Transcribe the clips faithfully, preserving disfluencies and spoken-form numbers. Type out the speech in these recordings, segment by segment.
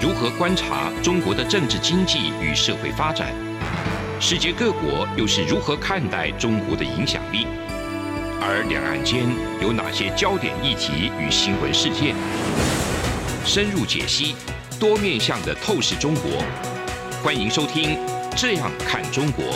如何观察中国的政治经济与社会发展？世界各国又是如何看待中国的影响力？而两岸间有哪些焦点议题与新闻事件？深入解析，多面向的透视中国。欢迎收听《这样看中国》。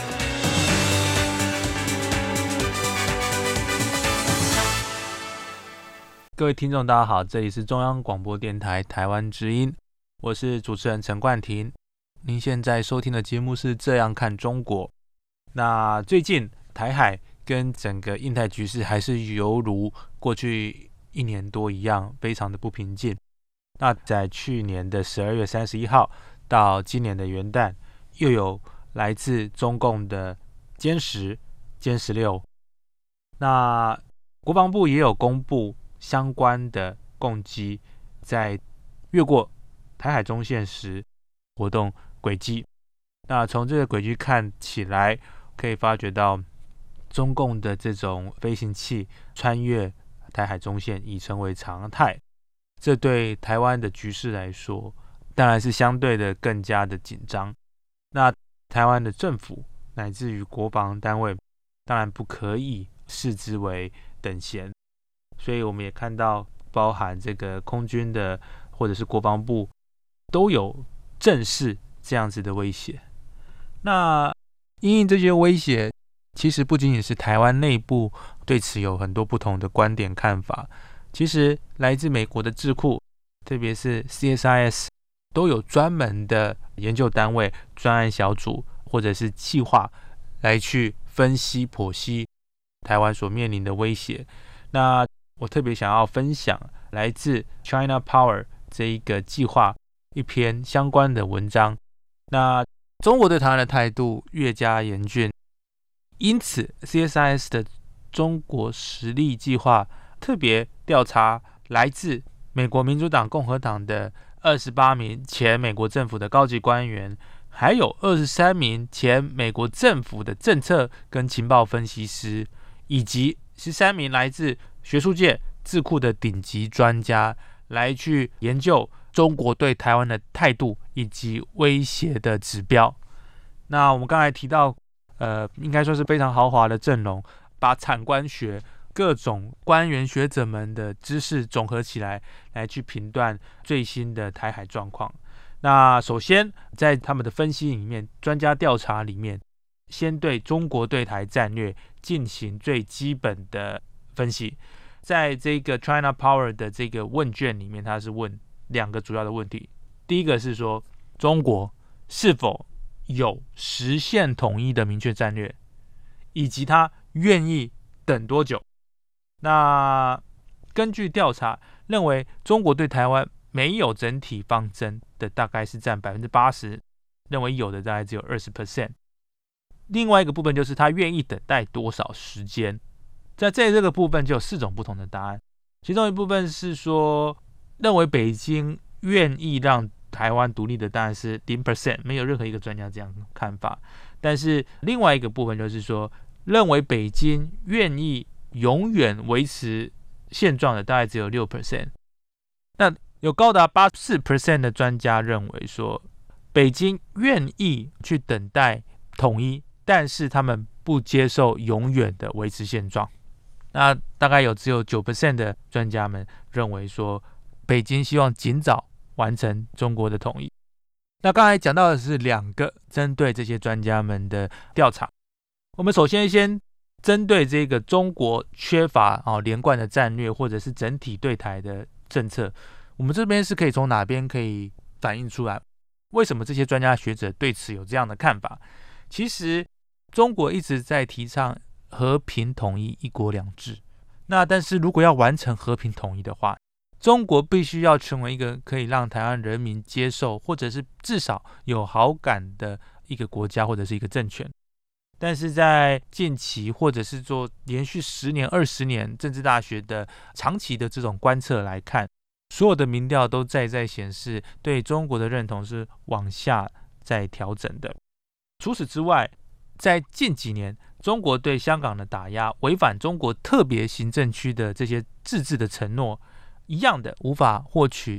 各位听众大家好，这里是中央广播电台台湾之音，我是主持人陈冠廷。您现在收听的节目是《这样看中国》。那最近台海跟整个印太局势还是犹如过去一年多一样，非常的不平静。那在去年的十二月三十一号到今年的元旦，又有来自中共的歼十、歼十六。那国防部也有公布相关的攻击在越过台海中线时活动轨迹。那从这个轨迹看起来，可以发觉到中共的这种飞行器穿越台海中线已成为常态。这对台湾的局势来说，当然是相对的更加的紧张。那台湾的政府乃至于国防单位，当然不可以视之为等闲。所以我们也看到，包含这个空军的或者是国防部都有正视这样子的威胁。那因应这些威胁，其实不仅仅是台湾内部对此有很多不同的观点看法，其实来自美国的智库，特别是 C S I S 都有专门的研究单位、专案小组或者是计划来去分析剖析台湾所面临的威胁。那我特别想要分享来自 China Power 这一个计划一篇相关的文章。那中国对台湾的态度越加严峻，因此 C S I S 的中国实力计划特别调查来自美国民主党、共和党的二十八名前美国政府的高级官员，还有二十三名前美国政府的政策跟情报分析师，以及十三名来自学术界智库的顶级专家，来去研究中国对台湾的态度以及威胁的指标。那我们刚才提到呃，应该说是非常豪华的阵容，把产官学各种官员学者们的知识总合起来，来去评断最新的台海状况。那首先在他们的分析里面，专家调查里面，先对中国对台战略进行最基本的分析。在这个 China Power 的这个问卷里面，它是问两个主要的问题。第一个是说，中国是否有实现统一的明确战略，以及它愿意等多久。那根据调查认为，中国对台湾没有整体方针的大概是占 百分之八十， 认为有的大概只有 百分之二十。 另外一个部分就是他愿意等待多少时间。在这个部分就有四种不同的答案，其中一部分是说认为北京愿意让台湾独立的答案是 百分之零， 没有任何一个专家这样看法。但是另外一个部分就是说，认为北京愿意永远维持现状的大概只有 百分之六。 那有高达 百分之八十四 的专家认为说，北京愿意去等待统一，但是他们不接受永远的维持现状。那大概有只有 百分之九 的专家们认为说，北京希望尽早完成中国的统一。那刚才讲到的是两个针对这些专家们的调查。我们首先先针对这个中国缺乏、哦、连贯的战略，或者是整体对台的政策，我们这边是可以从哪边可以反映出来？为什么这些专家学者对此有这样的看法？其实中国一直在提倡和平统一、一国两制。那但是如果要完成和平统一的话，中国必须要成为一个可以让台湾人民接受，或者是至少有好感的一个国家或者是一个政权。但是在近期或者是做连续十年、二十年政治大学的长期的这种观测来看，所有的民调都在在显示对中国的认同是往下在调整的。除此之外，在近几年中国对香港的打压，违反中国特别行政区的这些自治的承诺，一样的无法获取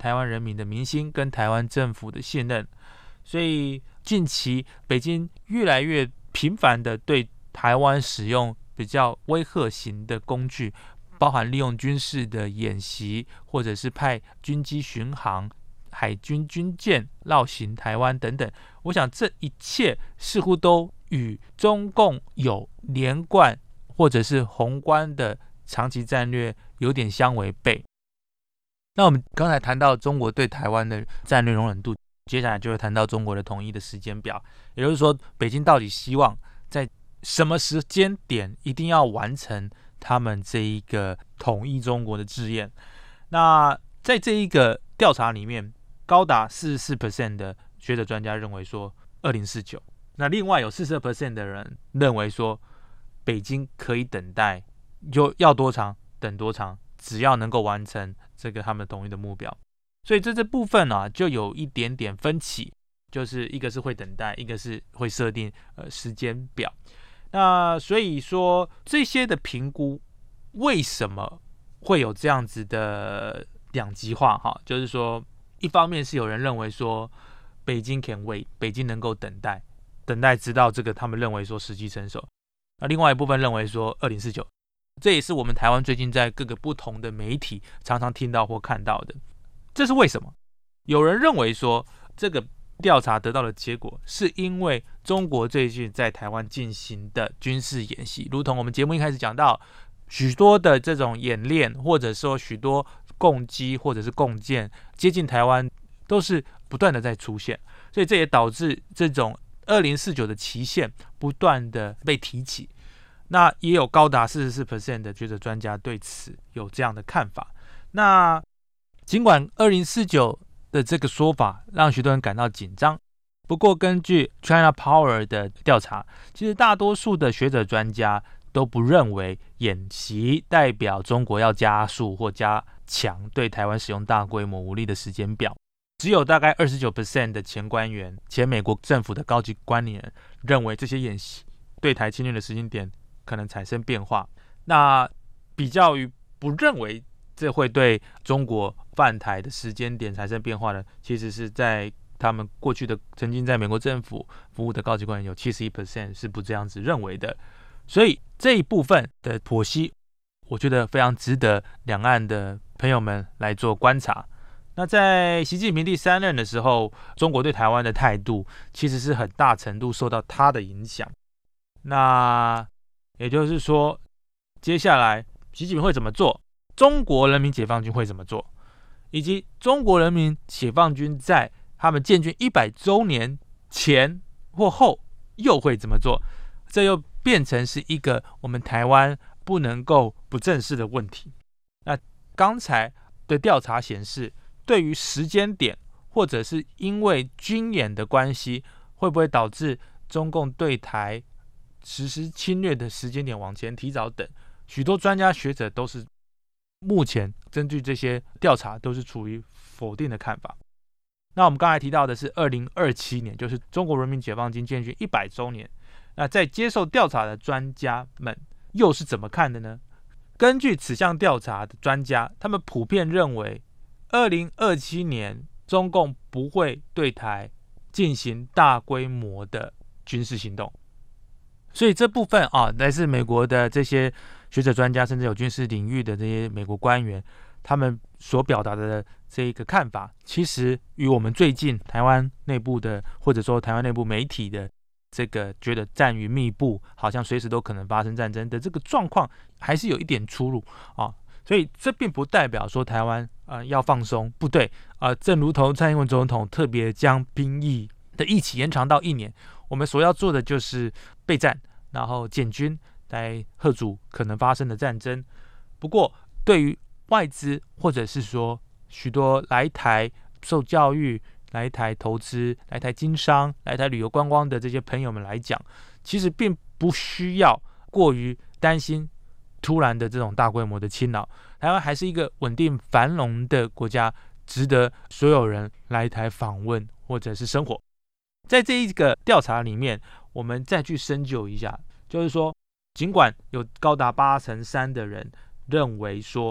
台湾人民的民心跟台湾政府的信任。所以近期北京越来越频繁的对台湾使用比较威吓型的工具，包含利用军事的演习，或者是派军机巡航、海军军舰绕行台湾等等。我想这一切似乎都与中共有连贯或者是宏观的长期战略有点相违背。那我们刚才谈到中国对台湾的战略容忍度，接下来就会谈到中国的统一的时间表，也就是说北京到底希望在什么时间点一定要完成他们这一个统一中国的志愿。那在这一个调查里面，高达 百分之四十四 的学者专家认为说二零四九，那另外有 百分之四十二 的人认为说北京可以等待，就要多长等多长，只要能够完成这个他们统一的目标。所以这这部分啊就有一点点分歧，就是一个是会等待，一个是会设定呃时间表。那所以说这些的评估为什么会有这样子的两极化哈？就是说一方面是有人认为说北京 can wait， 北京能够等待，等待直到这个他们认为说时机成熟。那另外一部分认为说二零四九，这也是我们台湾最近在各个不同的媒体常常听到或看到的。这是为什么？有人认为说这个调查得到的结果是因为中国最近在台湾进行的军事演习，如同我们节目一开始讲到，许多的这种演练，或者说许多共机或者是共建接近台湾，都是不断的在出现，所以这也导致这种二零四九的期限不断的被提起。那也有高达 百分之四十四 的学者专家对此有这样的看法。那尽管二零四九的这个说法让许多人感到紧张，不过根据 China Power 的调查，其实大多数的学者专家都不认为演习代表中国要加速或加强对台湾使用大规模武力的时间表。只有大概 百分之二十九 的前官员、前美国政府的高级官员认为这些演习对台侵略的时间点可能产生变化。那比较于不认为这会对中国犯台的时间点产生变化的，其实是在他们过去的曾经在美国政府服务的高级官员有 百分之七十一 是不这样子认为的。所以这一部分的剖析，我觉得非常值得两岸的朋友们来做观察。那在习近平第三任的时候，中国对台湾的态度其实是很大程度受到他的影响。那也就是说，接下来习近平会怎么做？中国人民解放军会怎么做？以及中国人民解放军在他们建军一百周年前或后又会怎么做？这又变成是一个我们台湾不能够不正视的问题。那刚才的调查显示，对于时间点或者是因为军演的关系，会不会导致中共对台实施侵略的时间点往前提早等，许多专家学者都是目前根据这些调查都是处于否定的看法。那我们刚才提到的是二零二七年，就是中国人民解放军建军一百周年。那在接受调查的专家们又是怎么看的呢？根据此项调查的专家，他们普遍认为二零二七年中共不会对台进行大规模的军事行动。所以这部分啊，来自美国的这些学者专家，甚至有军事领域的这些美国官员，他们所表达的这一个看法，其实与我们最近台湾内部的，或者说台湾内部媒体的这个觉得战云密布，好像随时都可能发生战争的这个状况，还是有一点出入啊。所以这并不代表说台湾呃要放松部队啊、呃，正如同蔡英文总统特别将兵役的役期延长到一年，我们所要做的就是备战，然后建军来吓阻可能发生的战争。不过对于外资或者是说许多来台受教育、来台投资、来台经商、来台旅游观光的这些朋友们来讲，其实并不需要过于担心突然的这种大规模的侵扰。台湾还是一个稳定繁荣的国家，值得所有人来台访问或者是生活。在这一个调查里面，我们再去深究一下，就是说尽管有高达八成三的人认为说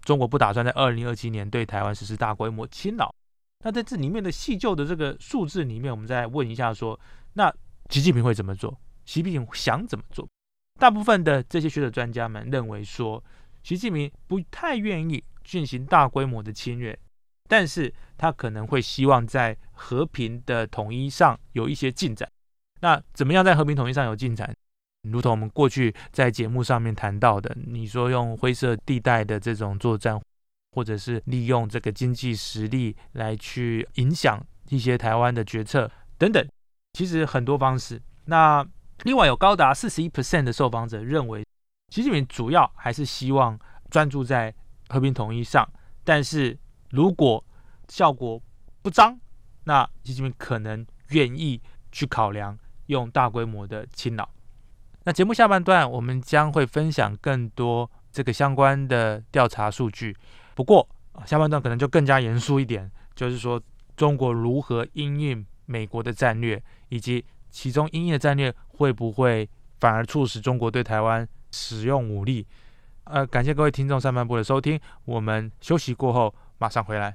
中国不打算在二零二七年对台湾实施大规模侵扰。那在这里面的细究的这个数字里面，我们再问一下说，那习近平会怎么做？习近平想怎么做？大部分的这些学者专家们认为说，习近平不太愿意进行大规模的侵略，但是他可能会希望在和平的统一上有一些进展。那怎么样在和平统一上有进展？如同我们过去在节目上面谈到的，你说用灰色地带的这种作战，或者是利用这个经济实力来去影响一些台湾的决策等等，其实很多方式。那另外有高达 百分之四十一 的受访者认为，习近平主要还是希望专注在和平统一上，但是如果效果不彰，那习近平可能愿意去考量用大规模的侵扰。那节目下半段我们将会分享更多这个相关的调查数据，不过下半段可能就更加严肃一点，就是说中国如何因应美国的战略，以及其中因应的战略会不会反而促使中国对台湾使用武力。呃，感谢各位听众上半部的收听，我们休息过后马上回来。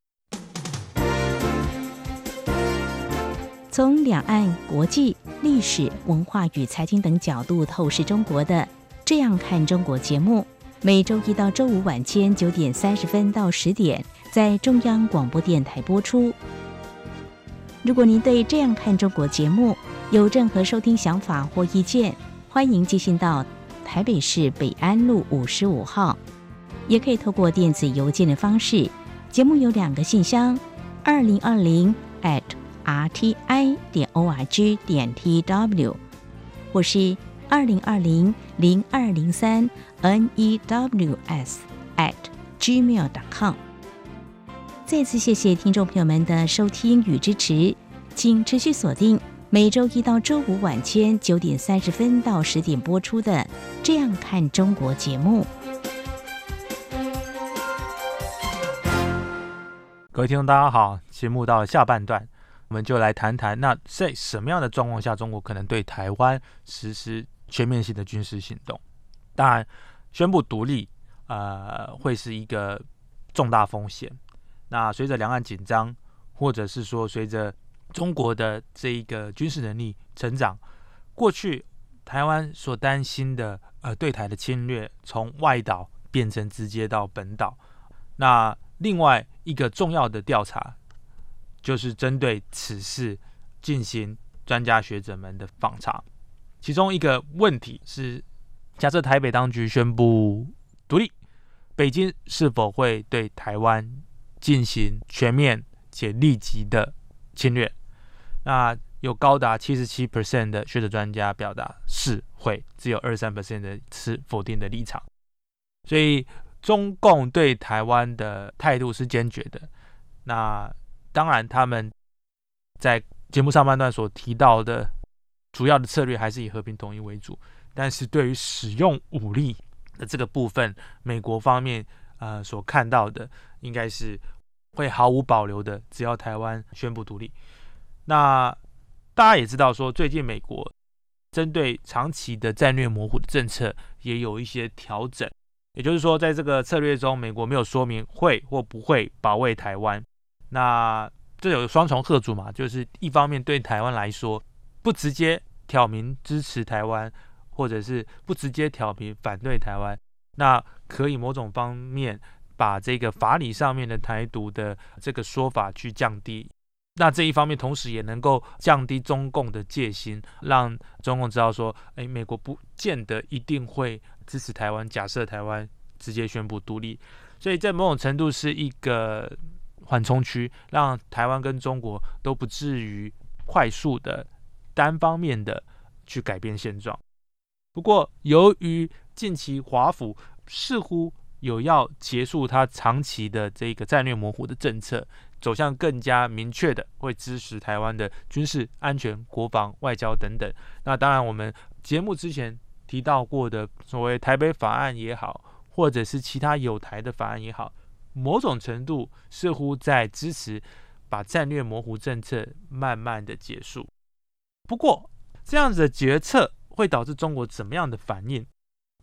从两岸、国际、历史、文化与财经等角度透视中国的《这样看中国》节目，每周一到周五晚间九点三十分到十点，在中央广播电台播出。如果您对《这样看中国》节目有任何收听想法或意见，欢迎寄信到台北市北安路五十五号，也可以透过电子邮件的方式。节目有两个信箱：二零二零 at r t i 点 o r g 点 t w， 或是二零二零零二零三 n e w s at gmail 点 com。 再次谢谢听众朋友们的收听与支持，请持续锁定每周一到周五晚间九点三十分到十点播出的《这样看中国》节目。 各位听众大家好，节目到了下半段，我们就来谈谈，那在什么样的状况下中国可能对台湾实施全面性的军事行动。当然宣布独立呃，会是一个重大风险。那随着两岸紧张，或者是说随着中国的这一个军事能力成长，过去台湾所担心的呃对台的侵略，从外岛变成直接到本岛。那另外一个重要的调查，就是针对此事进行专家学者们的访查。其中一个问题是，假设台北当局宣布独立，北京是否会对台湾进行全面且立即的侵略？那有高达 百分之七十七 的学者专家表达是会，只有 百分之二十三 的持否定的立场。所以中共对台湾的态度是坚决的。那当然他们在节目上半段所提到的主要的策略还是以和平统一为主，但是对于使用武力的这个部分，美国方面呃所看到的应该是会毫无保留的，只要台湾宣布独立。那大家也知道说，最近美国针对长期的战略模糊的政策也有一些调整，也就是说在这个策略中，美国没有说明会或不会保卫台湾。那这有双重吓阻嘛，就是一方面对台湾来说，不直接挑明支持台湾，或者是不直接挑明反对台湾，那可以某种方面把这个法理上面的台独的这个说法去降低。那这一方面同时也能够降低中共的戒心，让中共知道说，哎，美国不见得一定会支持台湾，假设台湾直接宣布独立。所以在某种程度是一个缓冲区，让台湾跟中国都不至于快速的单方面的去改变现状。不过由于近期华府似乎有要结束它长期的这个战略模糊的政策，走向更加明确的会支持台湾的军事、安全、国防、外交等等。那当然我们节目之前提到过的所谓台北法案也好，或者是其他有台的法案也好，某种程度似乎在支持把战略模糊政策慢慢的结束。不过这样子的决策会导致中国怎么样的反应？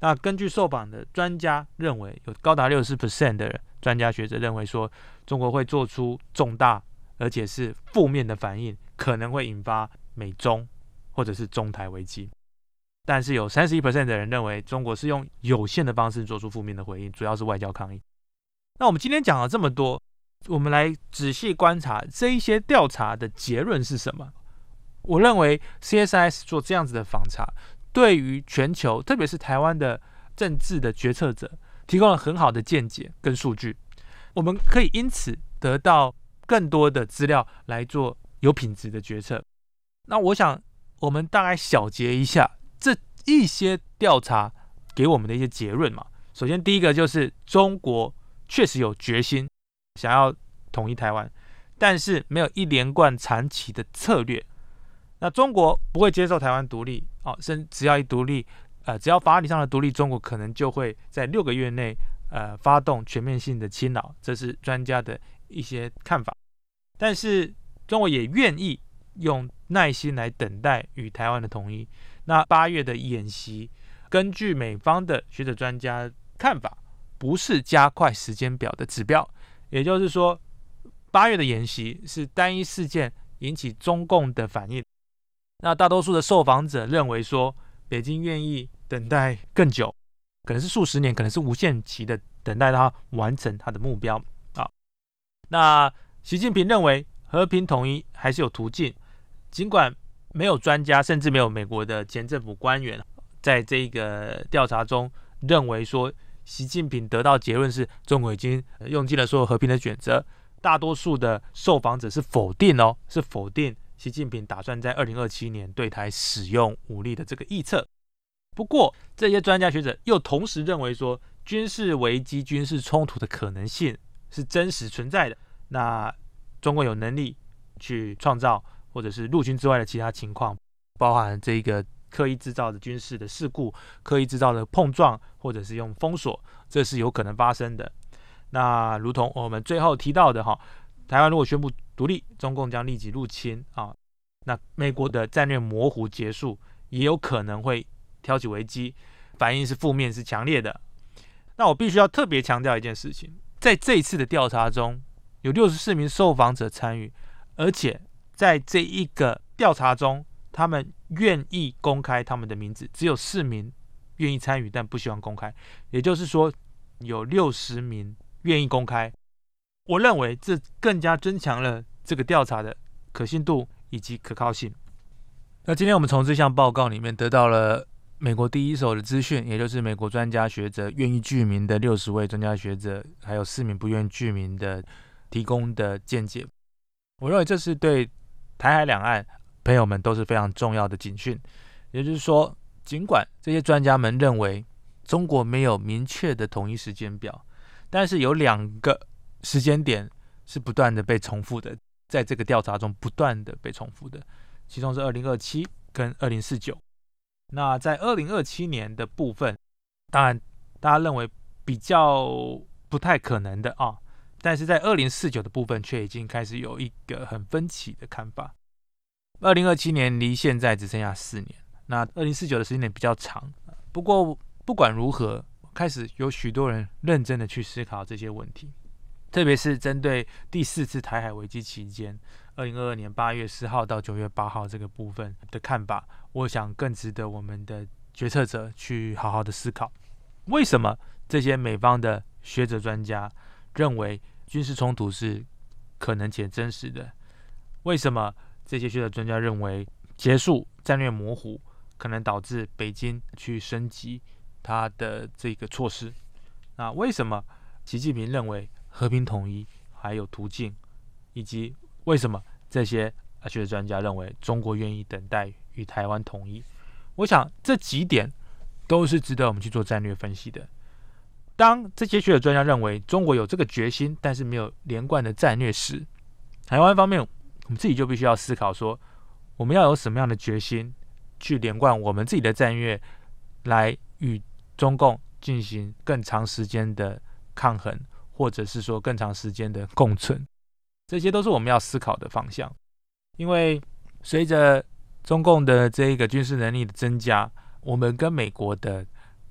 那根据受访的专家认为，有高达 百分之六十 的专家学者认为说，中国会做出重大而且是负面的反应，可能会引发美中或者是中台危机。但是有 百分之三十一 的人认为，中国是用有限的方式做出负面的回应，主要是外交抗议。那我们今天讲了这么多，我们来仔细观察这一些调查的结论是什么。我认为 C S I S 做这样子的访查，对于全球，特别是台湾的政治的决策者，提供了很好的见解跟数据。我们可以因此得到更多的资料来做有品质的决策。那我想，我们大概小结一下这一些调查给我们的一些结论嘛。首先，第一个就是中国确实有决心想要统一台湾，但是没有一连贯长期的策略。那中国不会接受台湾独立，哦，甚至只要一独立，呃，只要法理上的独立，中国可能就会在六个月内，呃，发动全面性的侵扰，这是专家的一些看法。但是中国也愿意用耐心来等待与台湾的统一。那八月的演习，根据美方的学者专家看法，不是加快时间表的指标，也就是说，八月的演习是单一事件引起中共的反应。那大多数的受访者认为说，北京愿意等待更久，可能是数十年，可能是无限期的等待他完成他的目标啊。那习近平认为和平统一还是有途径，尽管没有专家，甚至没有美国的前政府官员在这个调查中认为说，习近平得到结论是中国已经用尽了所有和平的选择。大多数的受访者是否定哦，是否定习近平打算在二零二七年对台使用武力的这个臆测。不过，这些专家学者又同时认为说，军事危机、军事冲突的可能性是真实存在的。那中国有能力去创造或者是陆军之外的其他情况，包含这个刻意制造的军事的事故、刻意制造的碰撞，或者是用封锁，这是有可能发生的。那如同我们最后提到的哈，台湾如果宣布独立，中共将立即入侵啊。那美国的战略模糊结束，也有可能会挑起危机，反应是负面，是强烈的。那我必须要特别强调一件事情，在这一次的调查中，有六十四名受访者参与，而且在这一个调查中，他们愿意公开他们的名字，只有四名愿意参与，但不希望公开。也就是说，有六十名愿意公开。我认为这更加增强了这个调查的可信度以及可靠性。那今天我们从这项报告里面得到了美国第一手的资讯，也就是美国专家学者愿意具名的六十位专家学者，还有四名不愿具名的提供的见解。我认为这是对台海两岸朋友们都是非常重要的警讯。也就是说，尽管这些专家们认为中国没有明确的统一时间表，但是有两个时间点是不断的被重复的，在这个调查中不断的被重复的，其中是二零二七跟二零四九。那在二零二七年的部分，当然大家认为比较不太可能的啊，但是在二零四九的部分却已经开始有一个很分歧的看法。二零二七年离现在只剩下四年，那二零四九的时间点比较长。不过不管如何，开始有许多人认真的去思考这些问题，特别是针对第四次台海危机期间二零二二年八月四号到九月八号这个部分的看法，我想更值得我们的决策者去好好的思考。为什么这些美方的学者专家认为军事冲突是可能且真实的？为什么这些学者专家认为结束战略模糊可能导致北京去升级它的这个措施？那为什么习近平认为和平统一还有途径？以及为什么这些学者专家认为中国愿意等待与台湾统一？我想这几点都是值得我们去做战略分析的。当这些学者专家认为中国有这个决心，但是没有连贯的战略时，台湾方面我们自己就必须要思考说，我们要有什么样的决心去连贯我们自己的战略，来与中共进行更长时间的抗衡，或者是说更长时间的共存。这些都是我们要思考的方向。因为随着中共的这个军事能力的增加，我们跟美国的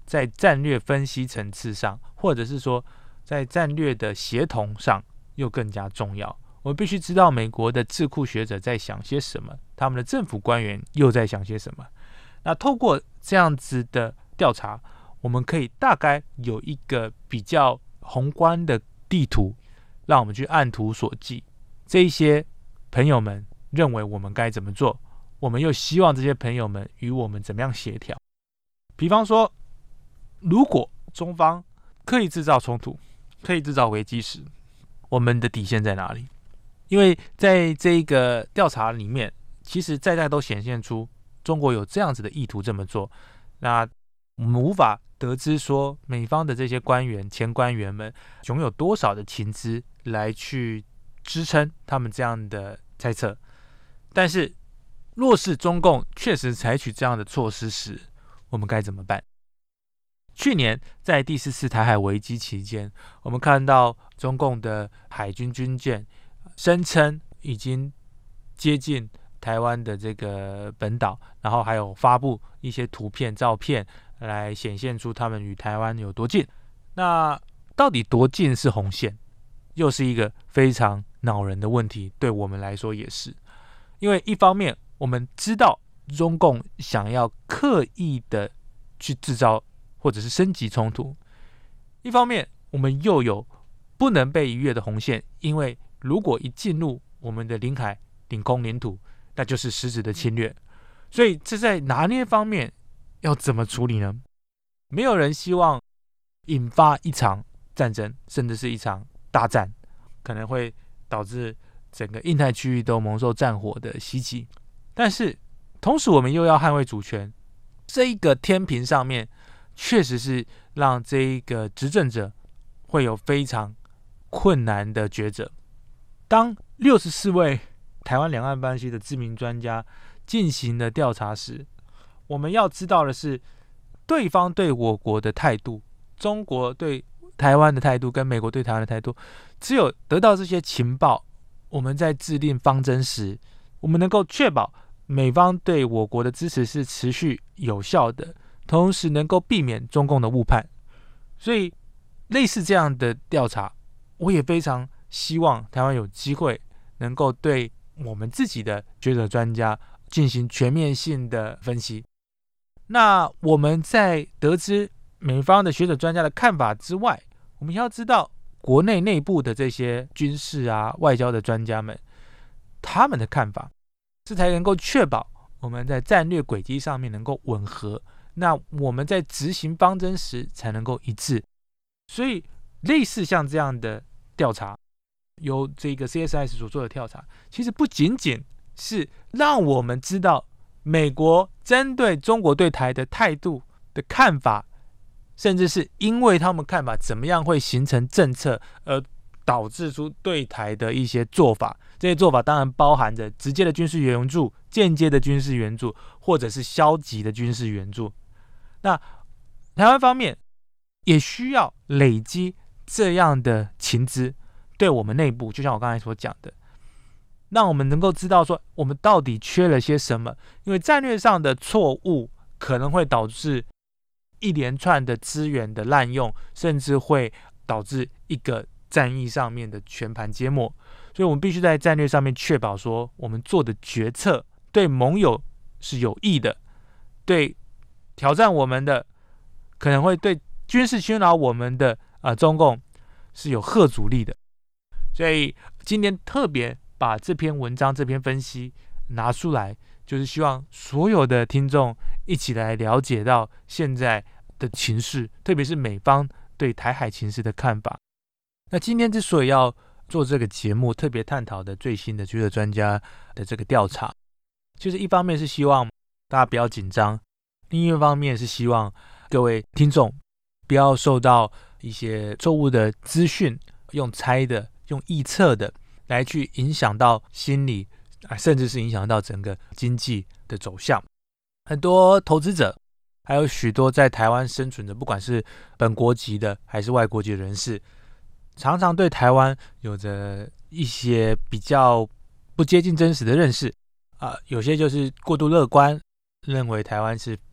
在战略分析层次上，或者是说在战略的协同上又更加重要。我们必须知道美国的智库学者在想些什么，他们的政府官员又在想些什么。那透过这样子的调查，我们可以大概有一个比较宏观的地图，让我们去按图索骥。这一些朋友们认为我们该怎么做，我们又希望这些朋友们与我们怎么样协调。比方说，如果中方刻意制造冲突，刻意制造危机时，我们的底线在哪里？因为在这个调查里面，其实在在都显现出中国有这样子的意图这么做。那我们无法得知说美方的这些官员、前官员们拥有多少的情资来去支撑他们这样的猜测。但是，若是中共确实采取这样的措施时，我们该怎么办？去年在第四次台海危机期间，我们看到中共的海军军舰声称已经接近台湾的这个本岛，然后还有发布一些图片、照片来显现出他们与台湾有多近。那到底多近是红线，又是一个非常恼人的问题，对我们来说也是。因为一方面我们知道中共想要刻意的去制造或者是升级冲突，一方面我们又有不能被逾越的红线，因为如果一进入我们的领海、领空、领土，那就是实质的侵略。所以这在拿捏方面要怎么处理呢？没有人希望引发一场战争，甚至是一场大战，可能会导致整个印太区域都蒙受战火的袭击。但是同时我们又要捍卫主权，这一个天平上面确实是让这一个执政者会有非常困难的抉择。当六十四位台湾两岸关系的知名专家进行了调查时，我们要知道的是，对方对我国的态度，中国对台湾的态度跟美国对台湾的态度，只有得到这些情报，我们在制定方针时，我们能够确保美方对我国的支持是持续有效的，同时能够避免中共的误判。所以类似这样的调查，我也非常希望台湾有机会能够对我们自己的学者专家进行全面性的分析。那我们在得知美方的学者专家的看法之外，我们要知道国内内部的这些军事啊、外交的专家们他们的看法，这才能够确保我们在战略轨迹上面能够吻合，那我们在执行方针时才能够一致。所以类似像这样的调查，由这个 C S I S 所做的调查，其实不仅仅是让我们知道美国针对中国对台的态度的看法，甚至是因为他们看法怎么样会形成政策而导致出对台的一些做法。这些做法当然包含着直接的军事援助、间接的军事援助，或者是消极的军事援助。那台湾方面也需要累积这样的情资，对我们内部，就像我刚才所讲的，让我们能够知道说我们到底缺了些什么。因为战略上的错误可能会导致一连串的资源的滥用，甚至会导致一个战役上面的全盘皆没。所以我们必须在战略上面确保说我们做的决策对盟友是有益的，对挑战我们的，可能会对军事侵扰我们的、呃、中共是有吓阻力的。所以今天特别把这篇文章、这篇分析拿出来，就是希望所有的听众一起来了解到现在的情势，特别是美方对台海情势的看法。那今天之所以要做这个节目，特别探讨的最新的学者专家的这个调查，就是一方面是希望大家不要紧张，另一方面是希望各位听众不要受到一些错误的资讯，用猜的、用臆测的来去影响到心理，甚至是影响到整个经济的走向。很多投资者，还有许多在台湾生存的，不管是本国籍的还是外国籍的人士，常常对台湾有着一些比较不接近真实的认识、呃、有些就是过度乐观，认为台湾是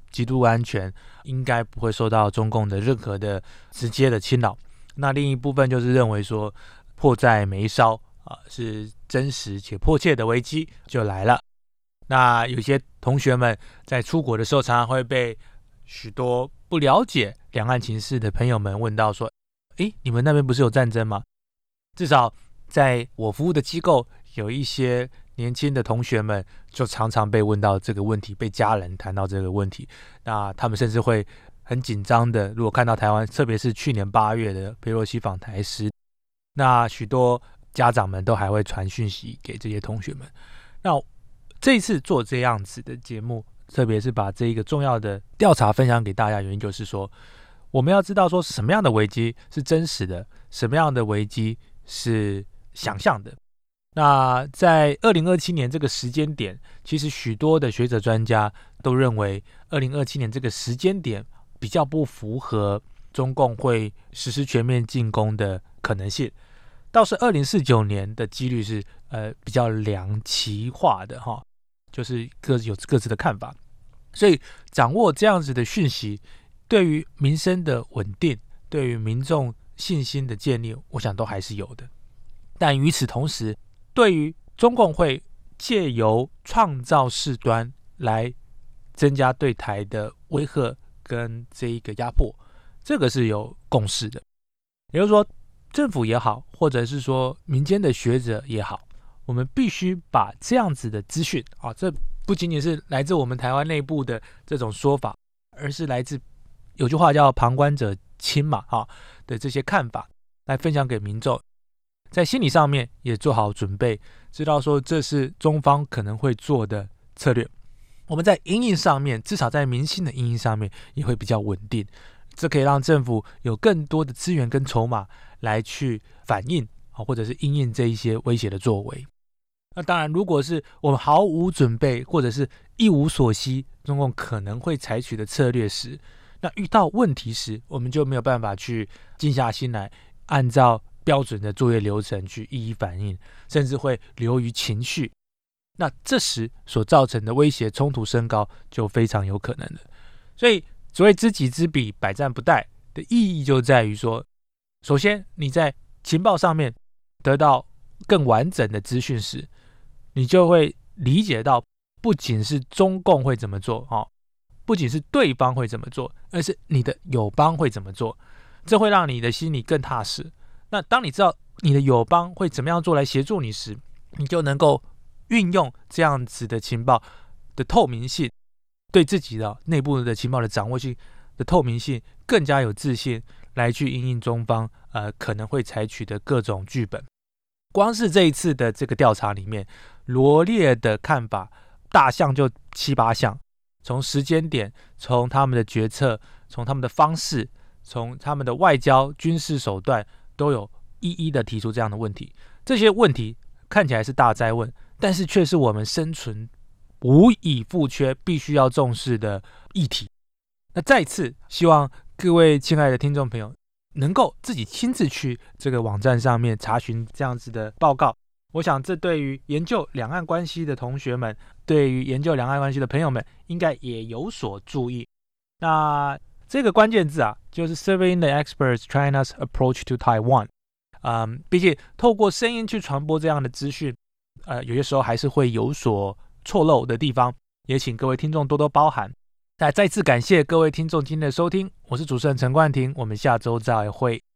极度安全，应该不会受到中共的任何的直接的侵扰。那另一部分就是认为说，迫在眉梢啊，是真实且迫切的危机就来了。那有些同学们在出国的时候，常常会被许多不了解两岸情势的朋友们问到说：“诶，你们那边不是有战争吗？”至少在我服务的机构，有一些年轻的同学们就常常被问到这个问题，被家人谈到这个问题。那他们甚至会很紧张的，如果看到台湾，特别是去年八月的裴洛西访台时，那许多家长们都还会传讯息给这些同学们。那这一次做这样子的节目，特别是把这一个重要的调查分享给大家，原因就是说，我们要知道说什么样的危机是真实的，什么样的危机是想象的。那在二零二七年这个时间点，其实许多的学者专家都认为，二零二七年这个时间点比较不符合中共会实施全面进攻的可能性。倒是二零四九年的几率是呃比较两极化的哈，就是各自有各自的看法。所以掌握这样子的讯息，对于民生的稳定，对于民众信心的建立，我想都还是有的。但与此同时，对于中共会借由创造事端来增加对台的威吓跟这一个压迫，这个是有共识的。也就是说，政府也好，或者是说民间的学者也好，我们必须把这样子的资讯啊，这不仅仅是来自我们台湾内部的这种说法，而是来自有句话叫旁观者清嘛啊的这些看法，来分享给民众，在心理上面也做好准备，知道说这是中方可能会做的策略。我们在因应上面，至少在民心的因应上面也会比较稳定，这可以让政府有更多的资源跟筹码来去反应或者是因应这一些威胁的作为。那当然，如果是我们毫无准备或者是一无所悉，中共可能会采取的策略时，那遇到问题时，我们就没有办法去静下心来，按照标准的作业流程去一一反应，甚至会流于情绪。那这时所造成的威胁冲突升高就非常有可能了。所以所谓知己知彼，百战不殆的意义就在于说，首先你在情报上面得到更完整的资讯时，你就会理解到不仅是中共会怎么做、哦、不仅是对方会怎么做，而是你的友邦会怎么做，这会让你的心里更踏实。那当你知道你的友邦会怎么样做来协助你时，你就能够运用这样子的情报的透明性，对自己的内部的情报的掌握性的透明性更加有自信，来去因应中方呃可能会采取的各种剧本。光是这一次的这个调查里面罗列的看法大项就七八项，从时间点，从他们的决策，从他们的方式，从他们的外交军事手段，都有一一的提出这样的问题。这些问题看起来是大哉问，但是却是我们生存无以复缺必须要重视的议题。那再次希望各位亲爱的听众朋友能够自己亲自去这个网站上面查询这样子的报告，我想这对于研究两岸关系的同学们，对于研究两岸关系的朋友们应该也有所注意。那这个关键字啊，就是 Surveying the Experts China's Approach to Taiwan。嗯，毕竟透过声音去传播这样的资讯，呃，有些时候还是会有所错漏的地方，也请各位听众多多包涵。再再次感谢各位听众今天的收听，我是主持人陈冠廷，我们下周再会。